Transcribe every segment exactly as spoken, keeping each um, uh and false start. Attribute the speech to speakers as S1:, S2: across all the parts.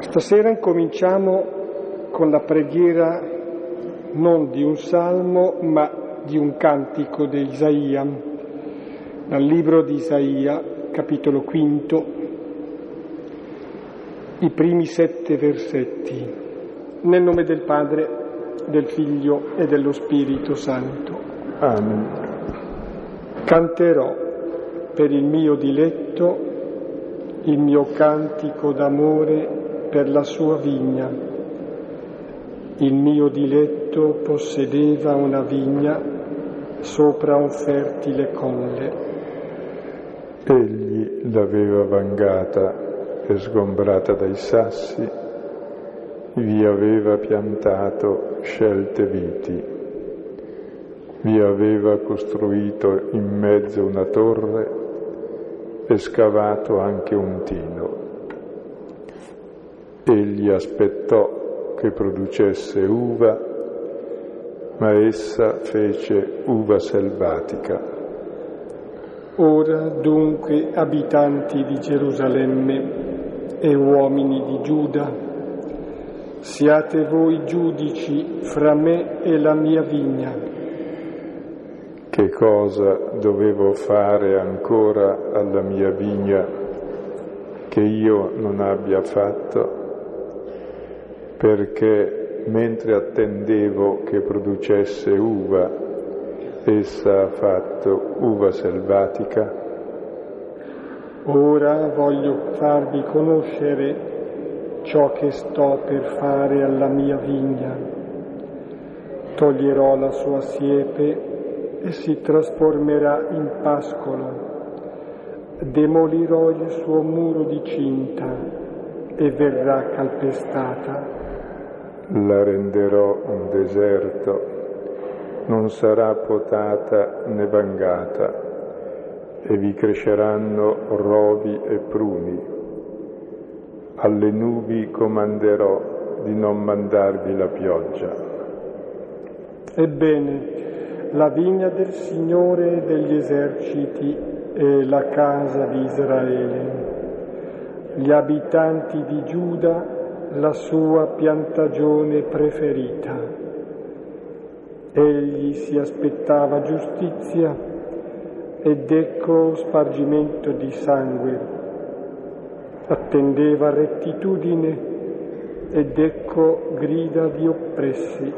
S1: Stasera incominciamo con la preghiera non di un salmo, ma di un cantico di Isaia, dal libro di Isaia, capitolo quinto, i primi sette versetti. Nel nome del Padre, del Figlio e dello Spirito Santo.
S2: Amen.
S1: Canterò per il mio diletto il mio cantico d'amore per la sua vigna. Il mio diletto possedeva una vigna sopra un fertile colle.
S2: Egli l'aveva vangata e sgombrata dai sassi, vi aveva piantato scelte viti, vi aveva costruito in mezzo una torre e scavato anche un tino. Egli aspettò che producesse uva, ma essa fece uva selvatica.
S1: Ora dunque, abitanti di Gerusalemme e uomini di Giuda, siate voi giudici fra me e la mia vigna.
S2: Che cosa dovevo fare ancora alla mia vigna che io non abbia fatto? Perché mentre attendevo che producesse uva, essa ha fatto uva selvatica.
S1: Ora voglio farvi conoscere ciò che sto per fare alla mia vigna. Toglierò la sua siepe e si trasformerà in pascolo. Demolirò il suo muro di cinta e verrà calpestata.
S2: La renderò un deserto, non sarà potata né vangata, e vi cresceranno rovi e pruni. Alle nubi comanderò di non mandarvi la pioggia.
S1: Ebbene, la vigna del Signore degli eserciti è la casa di Israele. Gli abitanti di Giuda la sua piantagione preferita. Egli si aspettava giustizia ed ecco spargimento di sangue. Attendeva rettitudine ed ecco grida di oppressi.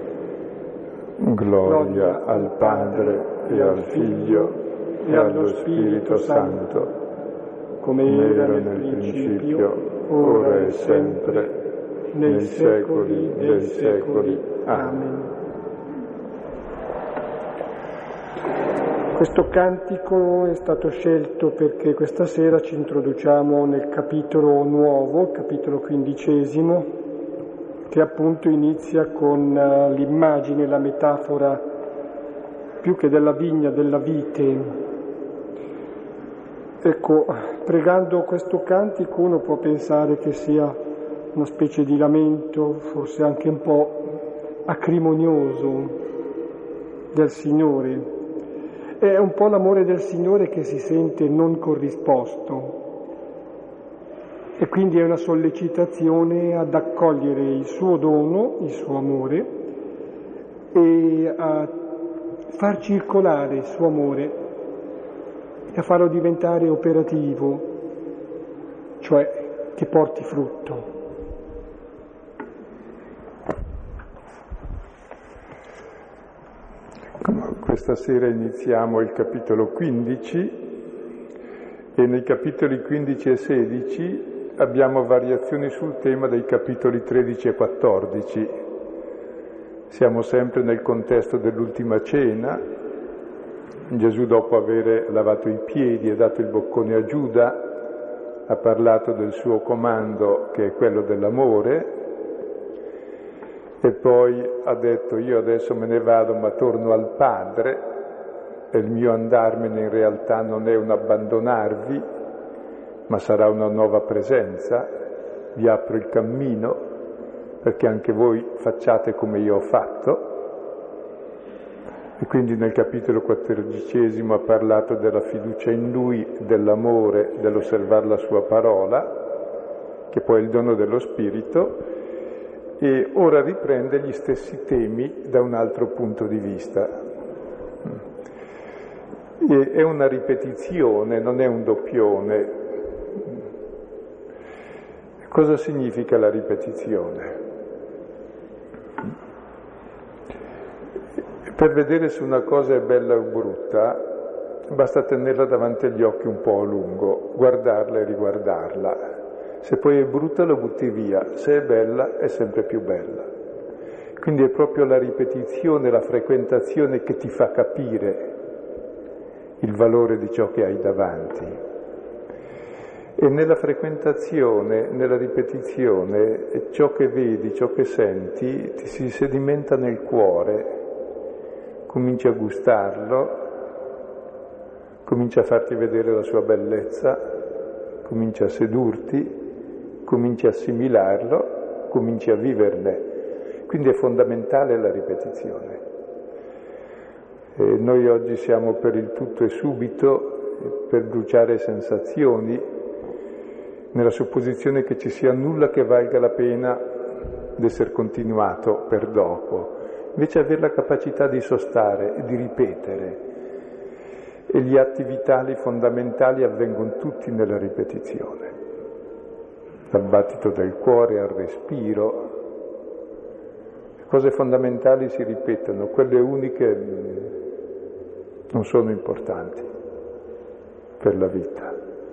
S2: Gloria al Padre e al Figlio e allo Spirito Santo, come era nel principio, ora e sempre, nei secoli dei secoli. Amen.
S1: Questo cantico è stato scelto perché questa sera ci introduciamo nel capitolo nuovo, il capitolo quindicesimo, che appunto inizia con l'immagine, la metafora, più che della vigna, della vite. Ecco, pregando questo cantico uno può pensare che sia una specie di lamento, forse anche un po' acrimonioso del Signore. È un po' l'amore del Signore che si sente non corrisposto e quindi è una sollecitazione ad accogliere il suo dono, il suo amore e a far circolare il suo amore e a farlo diventare operativo, cioè che porti frutto.
S2: Questa sera iniziamo il capitolo quindici e nei capitoli quindici e sedici abbiamo variazioni sul tema dei capitoli tredici e quattordici. Siamo sempre nel contesto dell'ultima cena. Gesù, dopo aver lavato i piedi e dato il boccone a Giuda, ha parlato del suo comando, che è quello dell'amore, e poi ha detto: io adesso me ne vado ma torno al Padre, e il mio andarmene in realtà non è un abbandonarvi, ma sarà una nuova presenza, vi apro il cammino perché anche voi facciate come io ho fatto. E quindi nel capitolo quattordicesimo ha parlato della fiducia in Lui, dell'amore, dell'osservare la sua parola, che poi è il dono dello Spirito, e ora riprende gli stessi temi da un altro punto di vista. E è una ripetizione, non è un doppione. Cosa significa la ripetizione? Per vedere se una cosa è bella o brutta, basta tenerla davanti agli occhi un po' a lungo, guardarla e riguardarla. Se poi è brutta la butti via, se è bella è sempre più bella. Quindi è proprio la ripetizione, la frequentazione che ti fa capire il valore di ciò che hai davanti. E nella frequentazione, nella ripetizione, ciò che vedi, ciò che senti, ti si sedimenta nel cuore, cominci a gustarlo, comincia a farti vedere la sua bellezza, comincia a sedurti, cominci a assimilarlo, cominci a viverne. Quindi è fondamentale la ripetizione. E noi oggi siamo per il tutto e subito, per bruciare sensazioni, nella supposizione che ci sia nulla che valga la pena di essere continuato per dopo. Invece avere la capacità di sostare e di ripetere. E gli atti vitali fondamentali avvengono tutti nella ripetizione. Dal battito del cuore al respiro. Le cose fondamentali si ripetono, quelle uniche non sono importanti per la vita.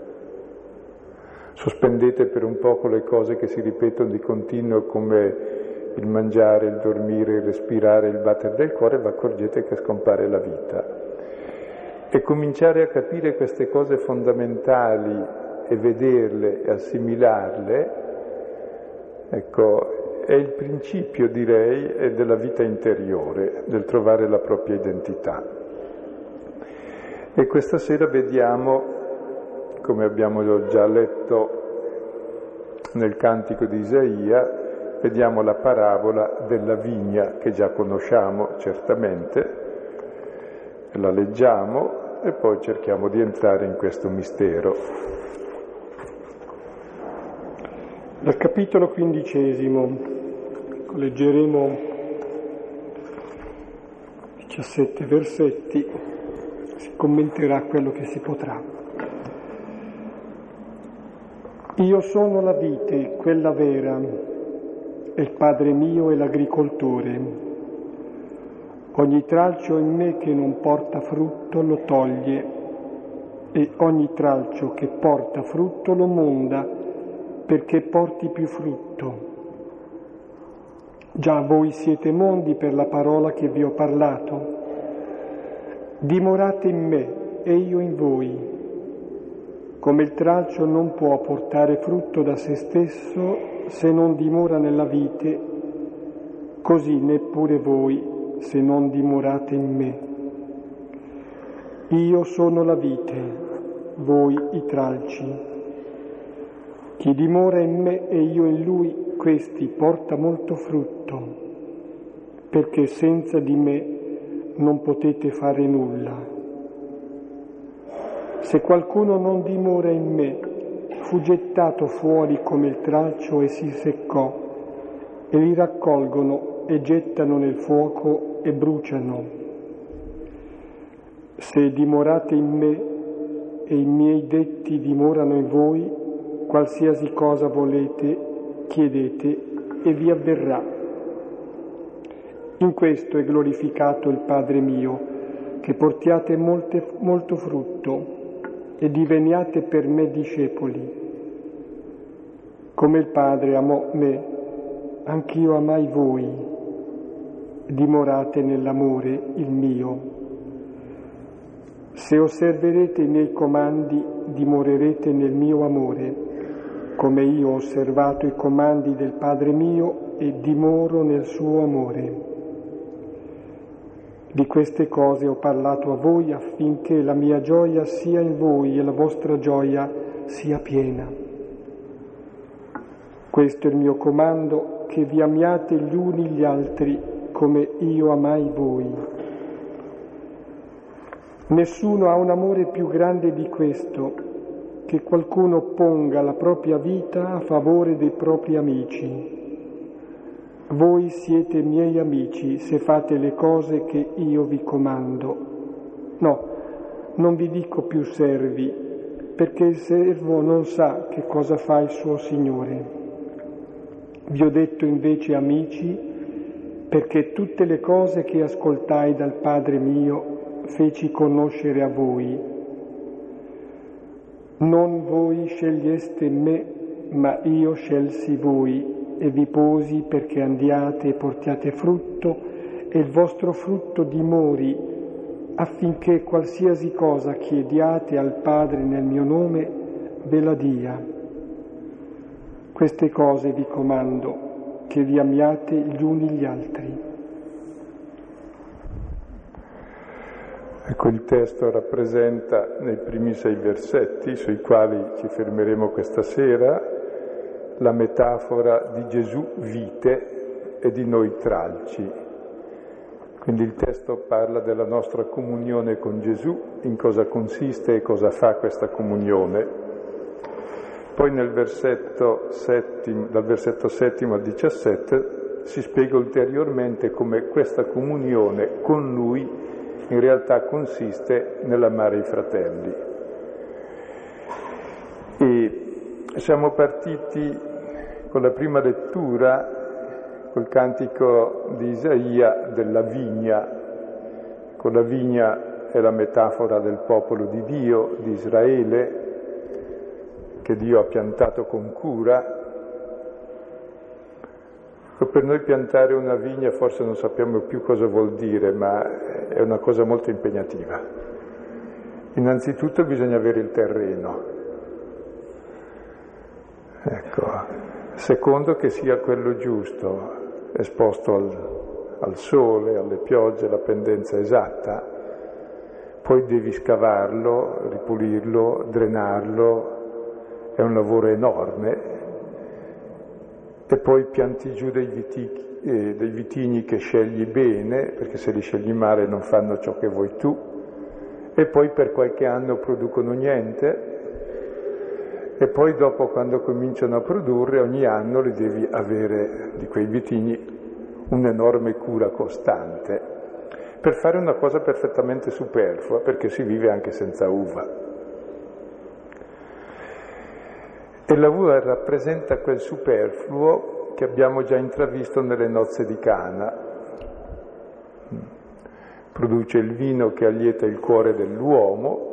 S2: Sospendete per un poco le cose che si ripetono di continuo come il mangiare, il dormire, il respirare, il battere del cuore, vi accorgete che scompare la vita. E cominciare a capire queste cose fondamentali e vederle e assimilarle, ecco, è il principio, direi, della vita interiore, del trovare la propria identità. E questa sera vediamo, come abbiamo già letto nel cantico di Isaia, vediamo la parabola della vigna che già conosciamo certamente, la leggiamo e poi cerchiamo di entrare in questo mistero.
S1: Dal capitolo quindicesimo leggeremo diciassette versetti, si commenterà quello che si potrà. Io sono la vite, quella vera, e il Padre mio è l'agricoltore. Ogni tralcio in me che non porta frutto lo toglie, e ogni tralcio che porta frutto lo monda, perché porti più frutto. Già voi siete mondi per la parola che vi ho parlato. Dimorate in me e io in voi. Come il tralcio non può portare frutto da se stesso se non dimora nella vite, così neppure voi se non dimorate in me. Io sono la vite, voi i tralci. Chi dimora in me e io in lui, questi porta molto frutto, perché senza di me non potete fare nulla. Se qualcuno non dimora in me, fu gettato fuori come il tralcio e si seccò, e li raccolgono e gettano nel fuoco e bruciano. Se dimorate in me e i miei detti dimorano in voi, qualsiasi cosa volete, chiedete e vi avverrà. In questo è glorificato il Padre mio, che portiate molte, molto frutto e diveniate per me discepoli. Come il Padre amò me, anch'io amai voi. Dimorate nell'amore il mio. Se osserverete i miei comandi, dimorerete nel mio amore, come io ho osservato i comandi del Padre mio e dimoro nel suo amore. Di queste cose ho parlato a voi affinché la mia gioia sia in voi e la vostra gioia sia piena. Questo è il mio comando, che vi amiate gli uni gli altri come io amai voi. Nessuno ha un amore più grande di questo, che che qualcuno ponga la propria vita a favore dei propri amici. Voi siete miei amici se fate le cose che io vi comando. No, non vi dico più servi, perché il servo non sa che cosa fa il suo Signore. Vi ho detto invece amici, perché tutte le cose che ascoltai dal Padre mio feci conoscere a voi. Non voi sceglieste me, ma io scelsi voi e vi posi perché andiate e portiate frutto e il vostro frutto dimori, affinché qualsiasi cosa chiediate al Padre nel mio nome ve la dia. Queste cose vi comando, che vi amiate gli uni gli altri.
S2: Ecco, il testo rappresenta nei primi sei versetti, sui quali ci fermeremo questa sera, la metafora di Gesù vite e di noi tralci. Quindi il testo parla della nostra comunione con Gesù, in cosa consiste e cosa fa questa comunione. Poi nel versetto settimo, dal versetto settimo al diciassette si spiega ulteriormente come questa comunione con Lui in realtà consiste nell'amare i fratelli. E siamo partiti con la prima lettura, col cantico di Isaia della vigna. Con la vigna è la metafora del popolo di Dio, di Israele, che Dio ha piantato con cura. Per noi piantare una vigna forse non sappiamo più cosa vuol dire, ma è una cosa molto impegnativa. Innanzitutto bisogna avere il terreno. Ecco. Secondo, che sia quello giusto, esposto al, al sole, alle piogge, alla pendenza esatta. Poi devi scavarlo, ripulirlo, drenarlo, è un lavoro enorme. E poi pianti giù dei, viti, eh, dei vitigni che scegli bene, perché se li scegli male non fanno ciò che vuoi tu, e poi per qualche anno producono niente, e poi dopo, quando cominciano a produrre, ogni anno li devi avere, di quei vitigni, un'enorme cura costante, per fare una cosa perfettamente superflua, perché si vive anche senza uva. E la uva rappresenta quel superfluo che abbiamo già intravisto nelle nozze di Cana. Produce il vino che allieta il cuore dell'uomo,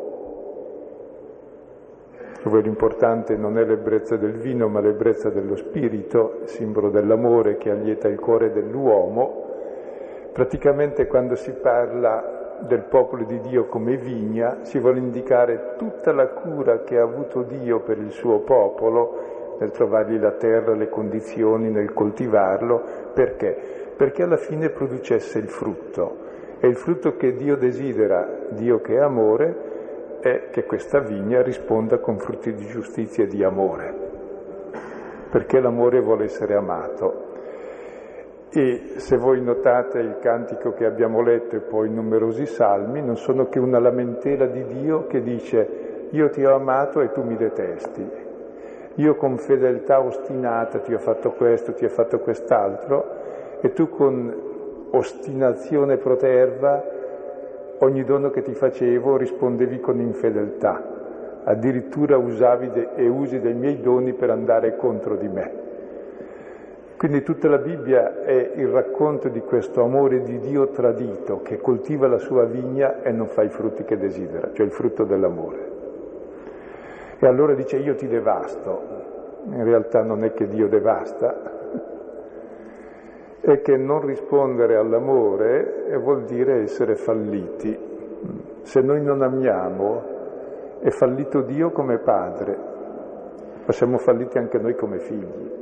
S2: dove l'importante non è l'ebbrezza del vino, ma l'ebbrezza dello spirito, simbolo dell'amore che allieta il cuore dell'uomo. Praticamente, quando si parla del popolo di Dio come vigna, si vuole indicare tutta la cura che ha avuto Dio per il suo popolo, nel trovargli la terra, le condizioni, nel coltivarlo. Perché? Perché alla fine producesse il frutto. E il frutto che Dio desidera, Dio che è amore, è che questa vigna risponda con frutti di giustizia e di amore, perché l'amore vuole essere amato. E se voi notate il cantico che abbiamo letto e poi numerosi salmi, non sono che una lamentela di Dio che dice: io ti ho amato e tu mi detesti, io con fedeltà ostinata ti ho fatto questo, ti ho fatto quest'altro, e tu con ostinazione proterva ogni dono che ti facevo rispondevi con infedeltà, addirittura usavi de- e usi dei miei doni per andare contro di me. Quindi tutta la Bibbia è il racconto di questo amore di Dio tradito, che coltiva la sua vigna e non fa i frutti che desidera, cioè il frutto dell'amore. E allora dice: io ti devasto. In realtà non è che Dio devasta, è che non rispondere all'amore vuol dire essere falliti. Se noi non amiamo, è fallito Dio come padre, ma siamo falliti anche noi come figli.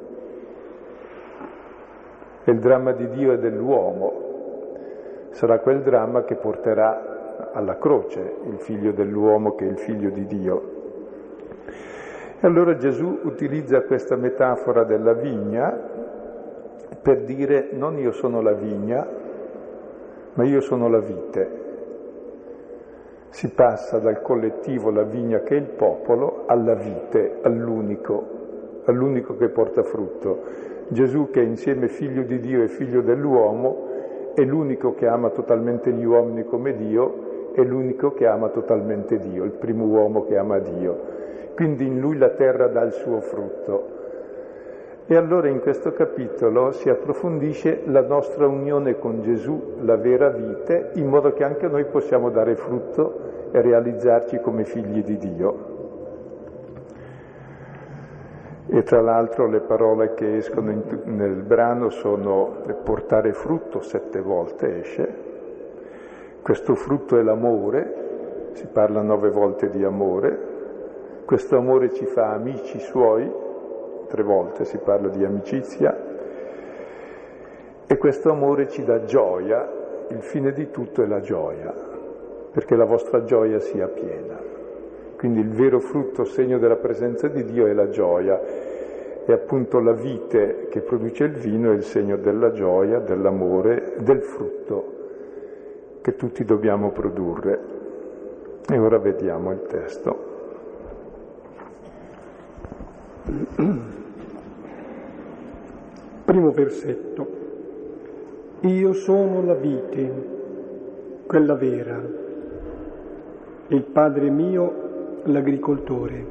S2: E il dramma di Dio e dell'uomo sarà quel dramma che porterà alla croce il figlio dell'uomo, che è il figlio di Dio. E allora Gesù utilizza questa metafora della vigna per dire: non io sono la vigna, ma io sono la vite. Si passa dal collettivo, la vigna che è il popolo, alla vite, all'unico, all'unico che porta frutto. Gesù, che è insieme figlio di Dio e figlio dell'uomo, è l'unico che ama totalmente gli uomini come Dio, è l'unico che ama totalmente Dio, il primo uomo che ama Dio. Quindi in lui la terra dà il suo frutto. E allora in questo capitolo si approfondisce la nostra unione con Gesù, la vera vite, in modo che anche noi possiamo dare frutto e realizzarci come figli di Dio. E tra l'altro le parole che escono in, nel brano sono portare frutto, sette volte esce. Questo frutto è l'amore, si parla nove volte di amore. Questo amore ci fa amici suoi, tre volte si parla di amicizia, e questo amore ci dà gioia, il fine di tutto è la gioia, perché la vostra gioia sia piena. Quindi il vero frutto, segno della presenza di Dio, è la gioia, e appunto la vite che produce il vino è il segno della gioia, dell'amore, del frutto che tutti dobbiamo produrre. E ora vediamo il testo.
S1: Primo versetto. Io sono la vite, quella vera, e il Padre mio l'agricoltore.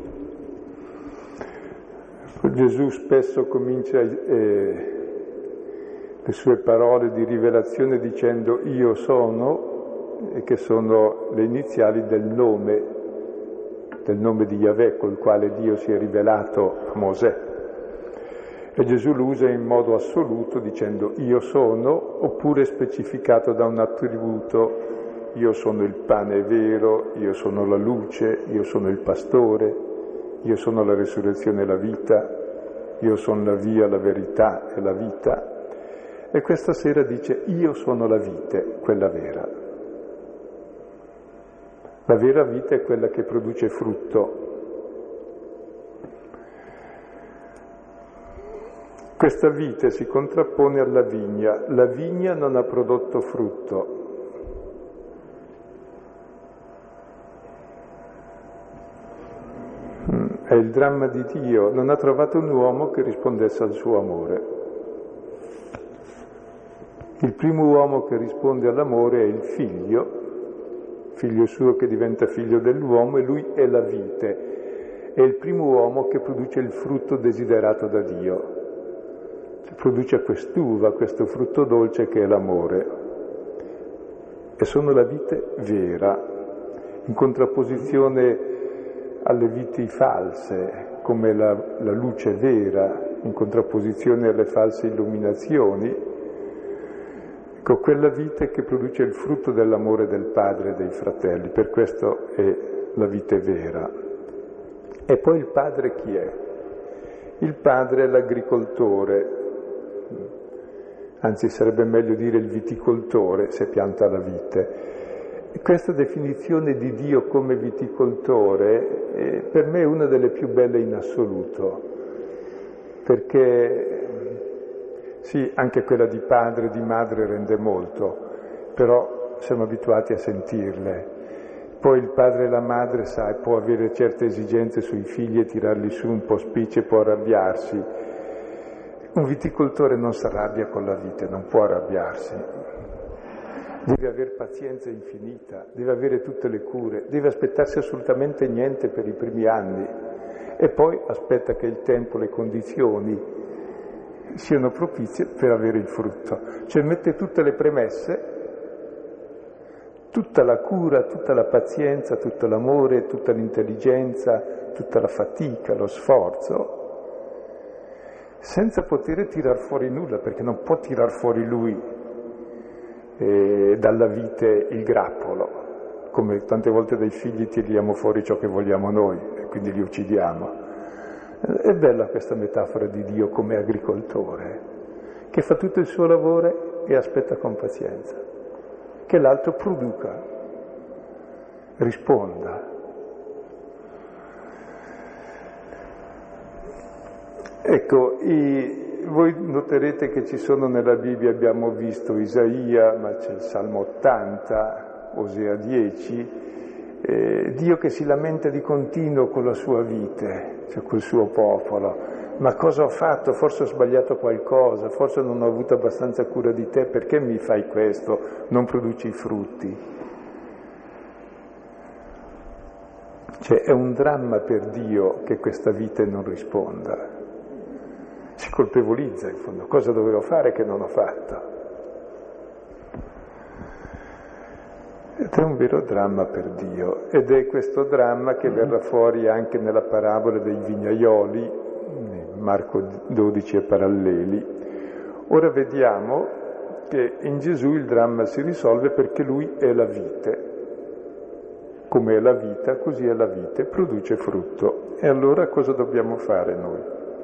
S2: Gesù spesso comincia eh, le sue parole di rivelazione dicendo io sono, e che sono le iniziali del nome, del nome di Yahweh, col quale Dio si è rivelato a Mosè. E Gesù lo usa in modo assoluto dicendo io sono, oppure specificato da un attributo, io sono il pane vero, io sono la luce, io sono il pastore, io sono la resurrezione e la vita, io sono la via, la verità e la vita. E questa sera dice io sono la vite, quella vera. La vera vita è quella che produce frutto. Questa vite si contrappone alla vigna. La vigna non ha prodotto frutto. È il dramma di Dio. Non ha trovato un uomo che rispondesse al suo amore. Il primo uomo che risponde all'amore è il figlio, figlio suo che diventa figlio dell'uomo, e lui è la vite. È il primo uomo che produce il frutto desiderato da Dio. Produce quest'uva, questo frutto dolce che è l'amore. E sono la vite vera, in contrapposizione alle viti false, come la, la luce vera, in contrapposizione alle false illuminazioni. Ecco, quella vite che produce il frutto dell'amore del Padre e dei fratelli, per questo è la vite vera. E poi il Padre chi è? Il Padre è l'agricoltore, anzi sarebbe meglio dire il viticoltore se pianta la vite. E questa definizione di Dio come viticoltore è, per me è una delle più belle in assoluto, perché sì, anche quella di padre, di madre rende molto, però siamo abituati a sentirle. Poi il padre e la madre, sai, può avere certe esigenze sui figli e tirarli su un po' spicci, può arrabbiarsi. Un viticoltore non si arrabbia con la vite, non può arrabbiarsi. Deve avere pazienza infinita, deve avere tutte le cure, deve aspettarsi assolutamente niente per i primi anni e poi aspetta che il tempo, le condizioni siano propizie per avere il frutto. Cioè mette tutte le premesse, tutta la cura, tutta la pazienza, tutto l'amore, tutta l'intelligenza, tutta la fatica, lo sforzo, senza poter tirar fuori nulla, perché non può tirar fuori lui eh, dalla vite il grappolo, come tante volte dai figli tiriamo fuori ciò che vogliamo noi e quindi li uccidiamo. È bella questa metafora di Dio come agricoltore, che fa tutto il suo lavoro e aspetta con pazienza che l'altro produca, risponda. Ecco, i, voi noterete che ci sono nella Bibbia, abbiamo visto Isaia, ma c'è il Salmo ottanta, Osea dieci, eh, Dio che si lamenta di continuo con la sua vite, cioè col suo popolo. Ma cosa ho fatto? Forse ho sbagliato qualcosa, forse non ho avuto abbastanza cura di te, perché mi fai questo? Non produci i frutti. Cioè è un dramma per Dio che questa vite non risponda. Si colpevolizza in fondo, cosa dovevo fare che non ho fatto? Ed è un vero dramma per Dio, ed è questo dramma che verrà fuori anche nella parabola dei vignaioli, Marco dodici e paralleli. Ora vediamo che in Gesù il dramma si risolve perché lui è la vite. Come è la vita, così è la vite, produce frutto. E allora cosa dobbiamo fare noi?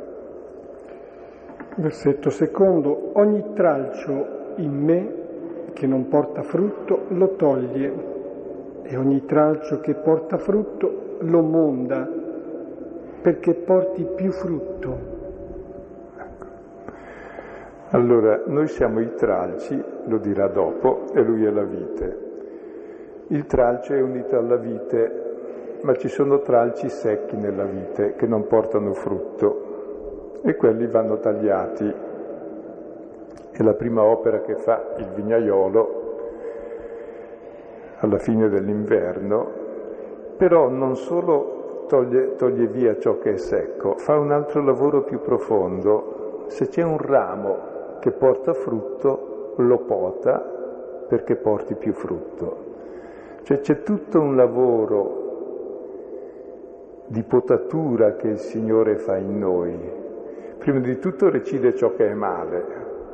S1: Versetto secondo: ogni tralcio in me che non porta frutto lo toglie, e ogni tralcio che porta frutto lo monda, perché porti più frutto.
S2: Ecco. Allora, noi siamo i tralci, lo dirà dopo, e lui è la vite. Il tralcio è unito alla vite, ma ci sono tralci secchi nella vite che non portano frutto, e quelli vanno tagliati. È la prima opera che fa il vignaiolo alla fine dell'inverno, però non solo toglie, toglie via ciò che è secco, fa un altro lavoro più profondo. Se c'è un ramo che porta frutto, lo pota perché porti più frutto. Cioè c'è tutto un lavoro di potatura che il Signore fa in noi. Prima di tutto recide ciò che è male.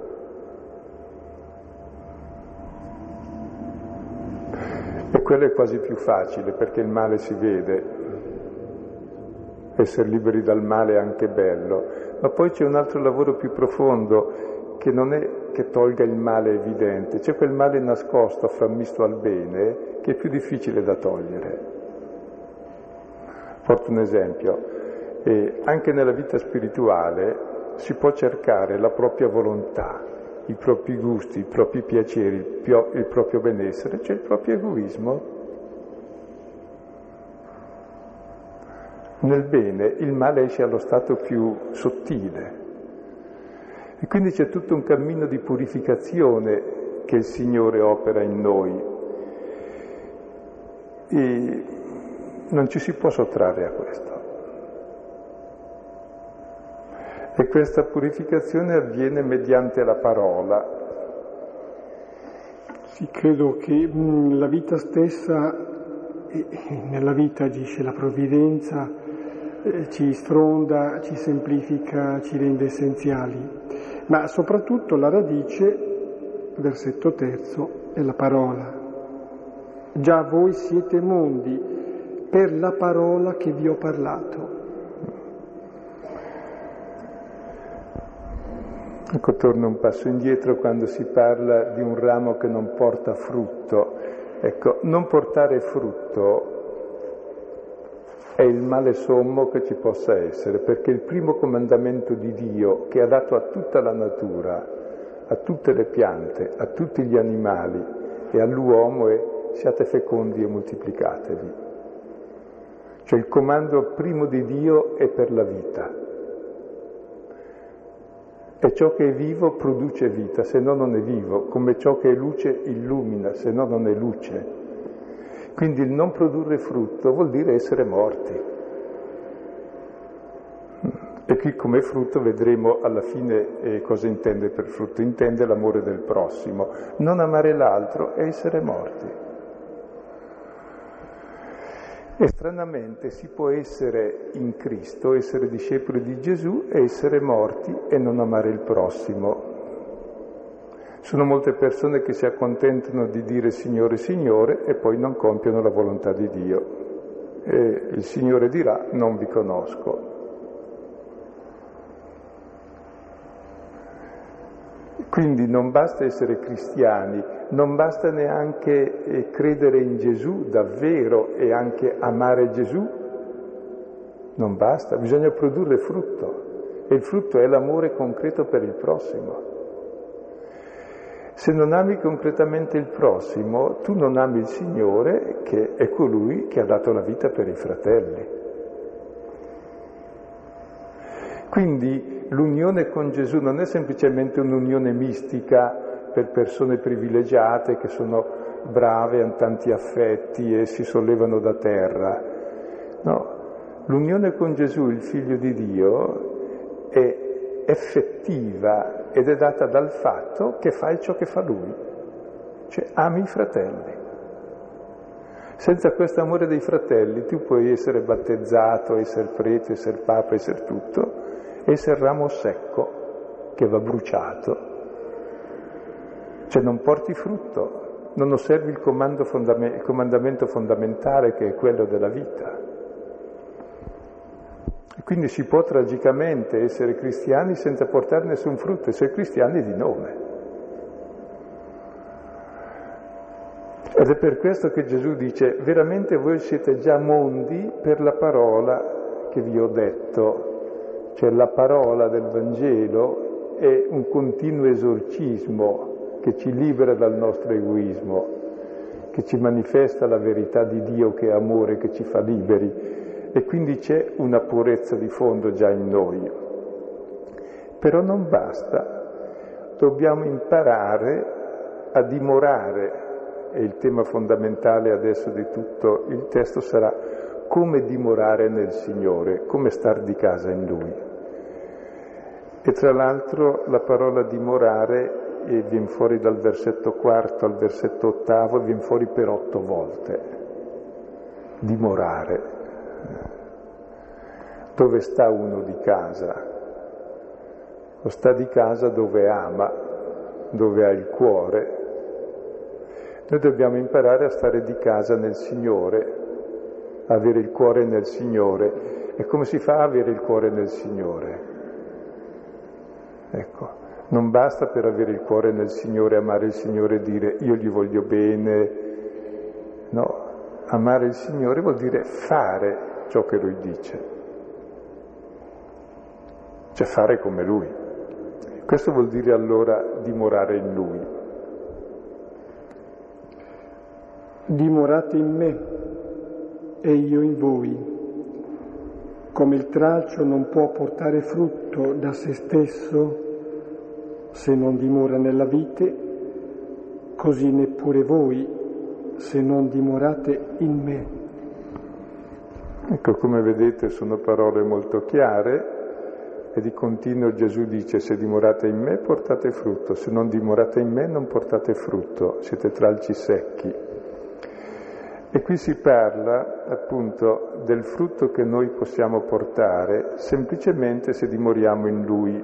S2: E quello è quasi più facile perché il male si vede. Essere liberi dal male è anche bello. Ma poi c'è un altro lavoro più profondo che non è che tolga il male evidente, c'è quel male nascosto, frammisto al bene, che è più difficile da togliere. Porto un esempio. E anche nella vita spirituale si può cercare la propria volontà, i propri gusti, i propri piaceri, il, pio, il proprio benessere, c'è il proprio egoismo. Nel bene il male esce allo stato più sottile. E quindi c'è tutto un cammino di purificazione che il Signore opera in noi. E non ci si può sottrarre a questo. E questa purificazione avviene mediante la parola.
S1: Sì, credo che mh, la vita stessa, e, e nella vita agisce la provvidenza, eh, ci sfronda, ci semplifica, ci rende essenziali. Ma soprattutto la radice, versetto terzo, è la parola. Già voi siete mondi per la parola che vi ho parlato.
S2: Ecco, torno un passo indietro quando si parla di un ramo che non porta frutto. Ecco, non portare frutto è il male sommo che ci possa essere, perché il primo comandamento di Dio che ha dato a tutta la natura, a tutte le piante, a tutti gli animali e all'uomo è: siate fecondi e moltiplicatevi. Cioè il comando primo di Dio è per la vita. E ciò che è vivo produce vita, se no non è vivo, come ciò che è luce illumina, se no non è luce. Quindi il non produrre frutto vuol dire essere morti. E qui come frutto vedremo alla fine eh, cosa intende per frutto. Intende l'amore del prossimo. Non amare l'altro è essere morti. E stranamente si può essere in Cristo, essere discepoli di Gesù e essere morti e non amare il prossimo. Sono molte persone che si accontentano di dire Signore, Signore e poi non compiono la volontà di Dio. E il Signore dirà: non vi conosco. Quindi non basta essere cristiani, non basta neanche credere in Gesù davvero e anche amare Gesù. Non basta, bisogna produrre frutto. E il frutto è l'amore concreto per il prossimo. Se non ami concretamente il prossimo, tu non ami il Signore, che è colui che ha dato la vita per i fratelli. Quindi l'unione con Gesù non è semplicemente un'unione mistica per persone privilegiate che sono brave, hanno tanti affetti e si sollevano da terra. No, l'unione con Gesù, il Figlio di Dio, è effettiva ed è data dal fatto che fai ciò che fa Lui, cioè ami i fratelli. Senza questo amore dei fratelli tu puoi essere battezzato, essere prete, essere papa, essere tutto, essere ramo secco che va bruciato. Cioè non porti frutto, non osservi il, comando fondame- il comandamento fondamentale che è quello della vita. Quindi si può tragicamente essere cristiani senza portare nessun frutto, essere cristiani di nome. Ed è per questo che Gesù dice: veramente voi siete già mondi per la parola che vi ho detto. Cioè la parola del Vangelo è un continuo esorcismo che ci libera dal nostro egoismo, che ci manifesta la verità di Dio che è amore, che ci fa liberi. E quindi c'è una purezza di fondo già in noi. Però non basta, dobbiamo imparare a dimorare, e il tema fondamentale adesso di tutto il testo sarà come dimorare nel Signore, come star di casa in Lui. E tra l'altro la parola dimorare e viene fuori dal versetto quarto al versetto ottavo, viene fuori per otto volte. Dimorare. Dove sta uno di casa? Lo sta di casa dove ama, dove ha il cuore. Noi dobbiamo imparare a stare di casa nel Signore, avere il cuore nel Signore. E come si fa a avere il cuore nel Signore? Ecco, non basta per avere il cuore nel Signore amare il Signore e dire io gli voglio bene. No, amare il Signore vuol dire fare ciò che Lui dice, cioè fare come Lui. Questo vuol dire allora dimorare in Lui.
S1: Dimorate in me e io in voi. Come il tralcio non può portare frutto da se stesso se non dimora nella vite, così neppure voi se non dimorate in me.
S2: Ecco, come vedete sono parole molto chiare e di continuo Gesù dice: se dimorate in me portate frutto, se non dimorate in me non portate frutto, siete tralci secchi. E qui si parla appunto del frutto che noi possiamo portare semplicemente se dimoriamo in Lui.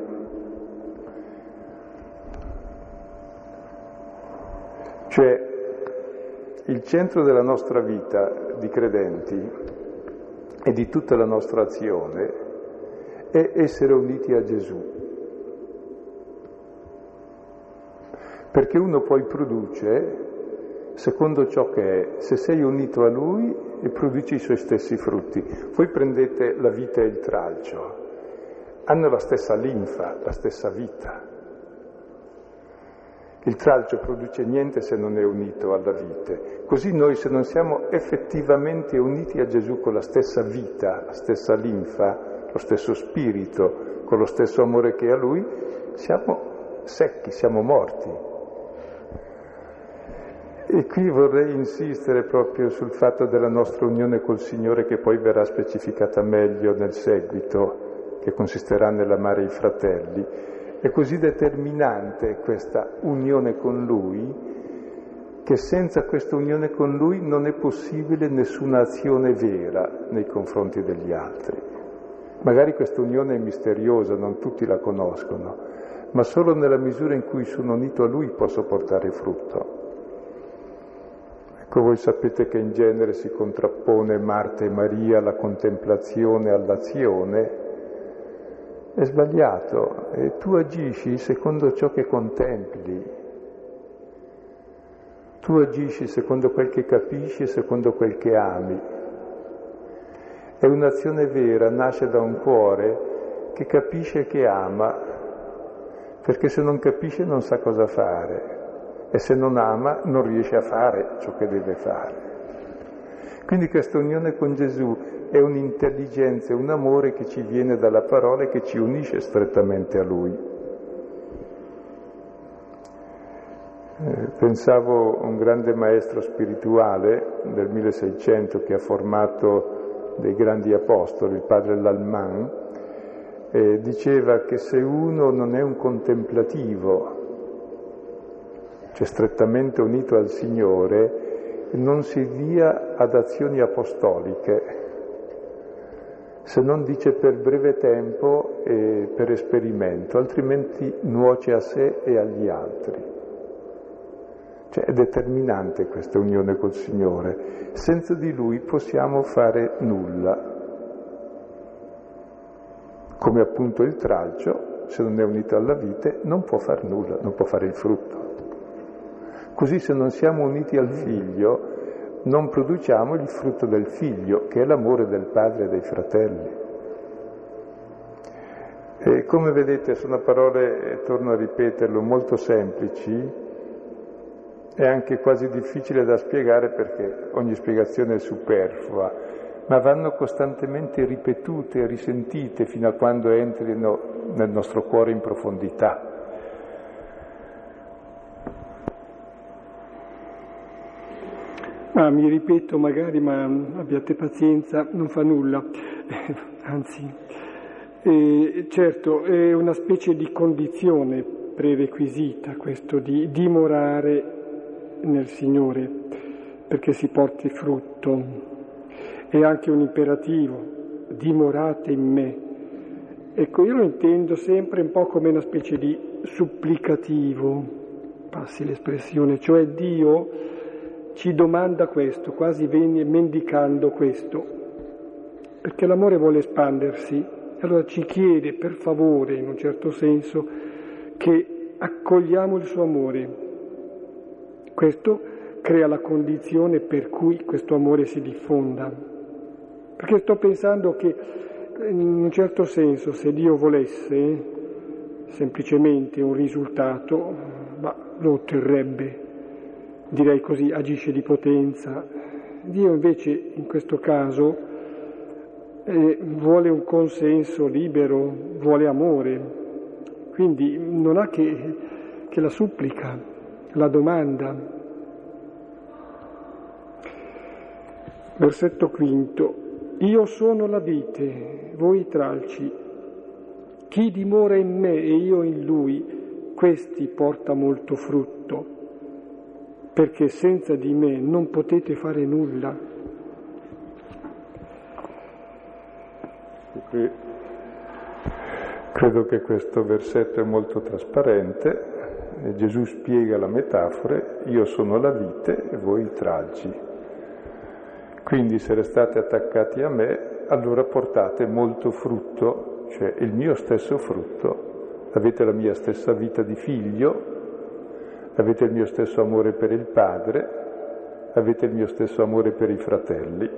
S2: Cioè il centro della nostra vita di credenti e di tutta la nostra azione è essere uniti a Gesù. Perché uno poi produce secondo ciò che è. Se sei unito a Lui e produci i suoi stessi frutti. Voi prendete la vite e il tralcio, hanno la stessa linfa, la stessa vita. Il tralcio produce niente se non è unito alla vite. Così noi, se non siamo effettivamente uniti a Gesù con la stessa vita, la stessa linfa, lo stesso spirito, con lo stesso amore che ha Lui, siamo secchi, siamo morti. E qui vorrei insistere proprio sul fatto della nostra unione col Signore, che poi verrà specificata meglio nel seguito, che consisterà nell'amare i fratelli. È così determinante questa unione con Lui, che senza questa unione con Lui non è possibile nessuna azione vera nei confronti degli altri. Magari questa unione è misteriosa, non tutti la conoscono, ma solo nella misura in cui sono unito a Lui posso portare frutto. Ecco, voi sapete che in genere si contrappone Marta e Maria alla contemplazione, all'azione. È sbagliato, e tu agisci secondo ciò che contempli, tu agisci secondo quel che capisci e secondo quel che ami. È un'azione vera, nasce da un cuore che capisce e che ama, perché se non capisce non sa cosa fare. e se non ama non riesce a fare ciò che deve fare. Quindi questa unione con Gesù è un'intelligenza, un amore che ci viene dalla parola e che ci unisce strettamente a Lui. Eh, pensavo a un grande maestro spirituale del milleseicento che ha formato dei grandi apostoli, il padre Lallemand, eh, diceva che se uno non è un contemplativo, cioè strettamente unito al Signore, non si dia ad azioni apostoliche, se non dice per breve tempo e per esperimento, altrimenti nuoce a sé e agli altri. Cioè è determinante questa unione col Signore. Senza di Lui possiamo fare nulla. Come appunto il tralcio, se non è unito alla vite, non può fare nulla, non può fare il frutto. Così se non siamo uniti al Figlio, non produciamo il frutto del Figlio, che è l'amore del Padre e dei fratelli. E come vedete sono parole, torno a ripeterlo, molto semplici e anche quasi difficile da spiegare perché ogni spiegazione è superflua, ma vanno costantemente ripetute e risentite fino a quando entrino nel nostro cuore in profondità.
S1: Ah, mi ripeto magari, ma abbiate pazienza, non fa nulla, anzi, eh, certo è una specie di condizione prerequisita questo di dimorare nel Signore perché si porti frutto, è anche un imperativo, dimorate in me. Ecco, io lo intendo sempre un po' come una specie di supplicativo, passi l'espressione, cioè Dio ci domanda questo, quasi mendicando questo, perché l'amore vuole espandersi, allora ci chiede per favore, in un certo senso, che accogliamo il suo amore. Questo crea la condizione per cui questo amore si diffonda. Perché sto pensando che, in un certo senso, se Dio volesse semplicemente un risultato, ma lo otterrebbe. Direi così, agisce di potenza. Dio invece in questo caso eh, vuole un consenso libero, vuole amore, quindi non ha che, che la supplica, la domanda. Versetto quinto: io sono la vite, voi i tralci, chi dimora in me e io in lui, questi porta molto frutto, perché senza di me non potete fare nulla.
S2: Credo che questo versetto è molto trasparente. Gesù spiega la metafora: io sono la vite e voi i tralci. Quindi se restate attaccati a me, allora portate molto frutto, cioè il mio stesso frutto. Avete la mia stessa vita di figlio, avete il mio stesso amore per il Padre, avete il mio stesso amore per i fratelli,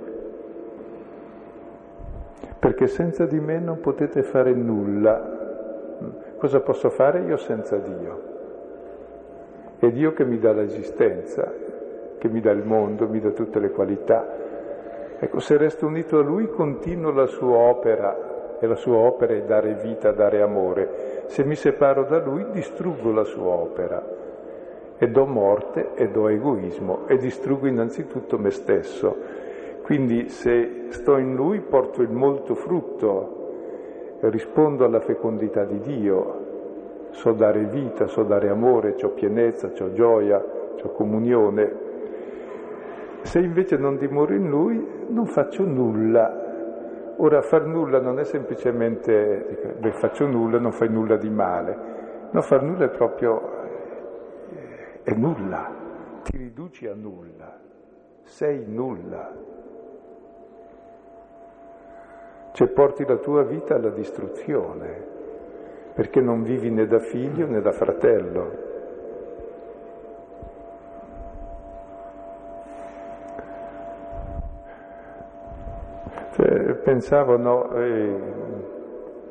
S2: perché senza di me non potete fare nulla. Cosa posso fare io senza Dio? È Dio che mi dà l'esistenza, che mi dà il mondo, mi dà tutte le qualità. Ecco, se resto unito a Lui continuo la sua opera, e la sua opera è dare vita, dare amore. Se mi separo da Lui distruggo la sua opera. E do morte, e do egoismo, e distruggo innanzitutto me stesso. Quindi se sto in Lui porto il molto frutto, rispondo alla fecondità di Dio, so dare vita, so dare amore, c'ho pienezza, c'ho gioia, c'ho comunione. Se invece non dimoro in Lui, non faccio nulla. Ora, far nulla non è semplicemente, beh, faccio nulla, non fai nulla di male. No, far nulla è proprio... è nulla, ti riduci a nulla, sei nulla. Cioè porti la tua vita alla distruzione, perché non vivi né da figlio né da fratello. Cioè, pensavo, no, eh,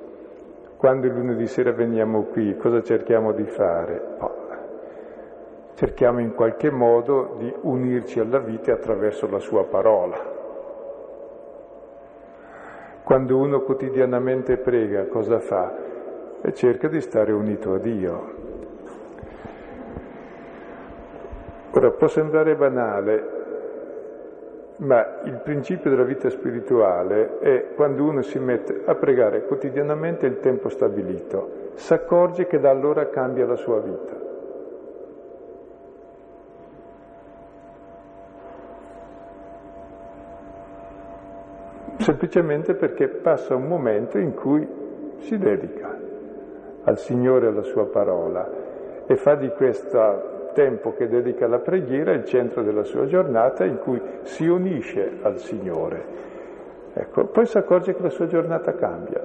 S2: quando il lunedì sera veniamo qui, cosa cerchiamo di fare? Oh, cerchiamo in qualche modo di unirci alla vita attraverso la sua parola. Quando uno quotidianamente prega, cosa fa? E cerca di stare unito a Dio. Ora, può sembrare banale, ma il principio della vita spirituale è quando uno si mette a pregare quotidianamente il tempo stabilito, si accorge che da allora cambia la sua vita. Semplicemente perché passa un momento in cui si dedica al Signore e alla sua parola e fa di questo tempo che dedica alla preghiera il centro della sua giornata in cui si unisce al Signore. Ecco, poi si accorge che la sua giornata cambia.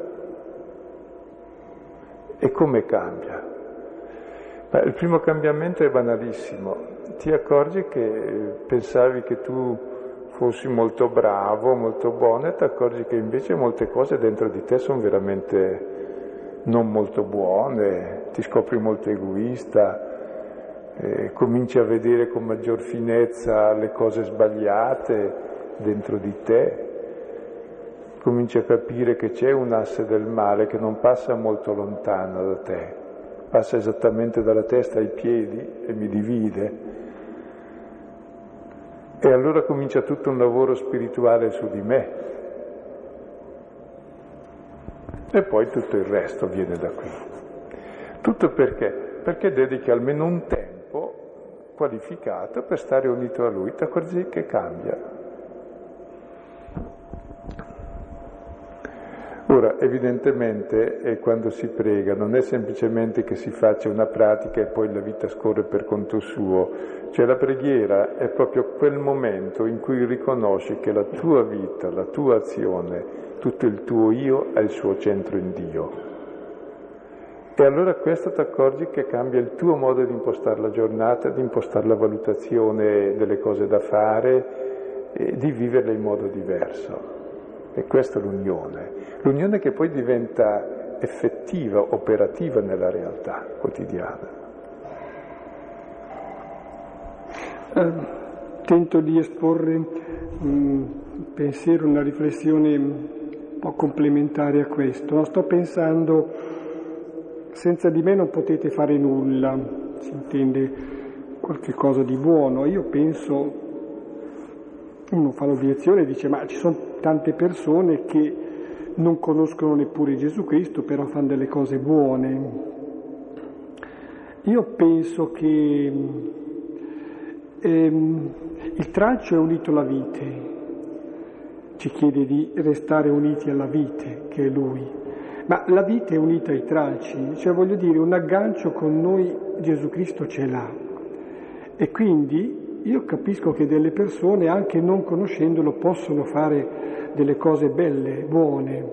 S2: E come cambia? Beh, il primo cambiamento è banalissimo. Ti accorgi che pensavi che tu fossi molto bravo, molto buono, e ti accorgi che invece molte cose dentro di te sono veramente non molto buone, ti scopri molto egoista, eh, cominci a vedere con maggior finezza le cose sbagliate dentro di te, cominci a capire che c'è un asse del male che non passa molto lontano da te, passa esattamente dalla testa ai piedi e mi divide. E allora comincia tutto un lavoro spirituale su di me. E poi tutto il resto viene da qui. Tutto perché? Perché dedichi almeno un tempo qualificato per stare unito a Lui, ti accorgi che cambia. Ora, evidentemente, eh, quando si prega non è semplicemente che si faccia una pratica e poi la vita scorre per conto suo, cioè la preghiera è proprio quel momento in cui riconosci che la tua vita, la tua azione, tutto il tuo io ha il suo centro in Dio. E allora questo ti accorgi che cambia il tuo modo di impostare la giornata, di impostare la valutazione delle cose da fare, e di viverle in modo diverso. E questa è l'unione, l'unione che poi diventa effettiva, operativa nella realtà quotidiana.
S1: Eh, tento di esporre un pensiero, una riflessione un po' complementare a questo. No, sto pensando, senza di me non potete fare nulla, si intende qualche cosa di buono. Io penso, uno fa l'obiezione e dice, ma ci sono tante persone che non conoscono neppure Gesù Cristo, però fanno delle cose buone. Io penso che ehm, il tralcio è unito alla vite, ci chiede di restare uniti alla vite, che è Lui, ma la vite è unita ai tralci, cioè voglio dire, un aggancio con noi Gesù Cristo ce l'ha, e quindi io capisco che delle persone, anche non conoscendolo, possono fare delle cose belle, buone.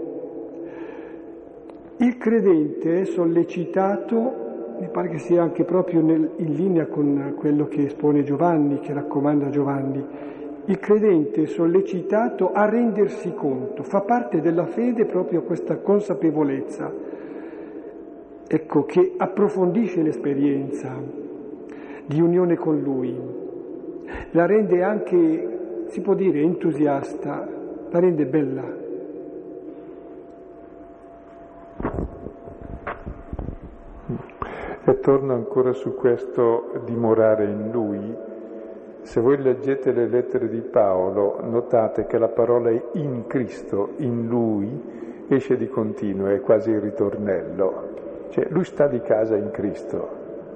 S1: Il credente è sollecitato, mi pare che sia anche proprio nel, in linea con quello che espone Giovanni, che raccomanda Giovanni, il credente è sollecitato a rendersi conto, fa parte della fede proprio questa consapevolezza, ecco, che approfondisce l'esperienza di unione con Lui. La rende anche, si può dire, entusiasta, la rende bella.
S2: E torno ancora su questo dimorare in Lui. Se voi leggete le lettere di Paolo, notate che la parola è in Cristo, in Lui, esce di continuo, è quasi il ritornello. Cioè, Lui sta di casa in Cristo.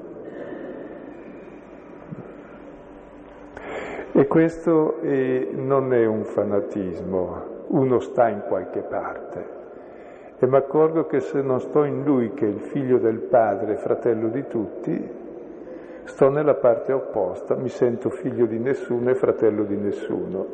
S2: E questo è, non è un fanatismo, uno sta in qualche parte. E mi accorgo che se non sto in Lui, che è il figlio del Padre, fratello di tutti, sto nella parte opposta, mi sento figlio di nessuno e fratello di nessuno.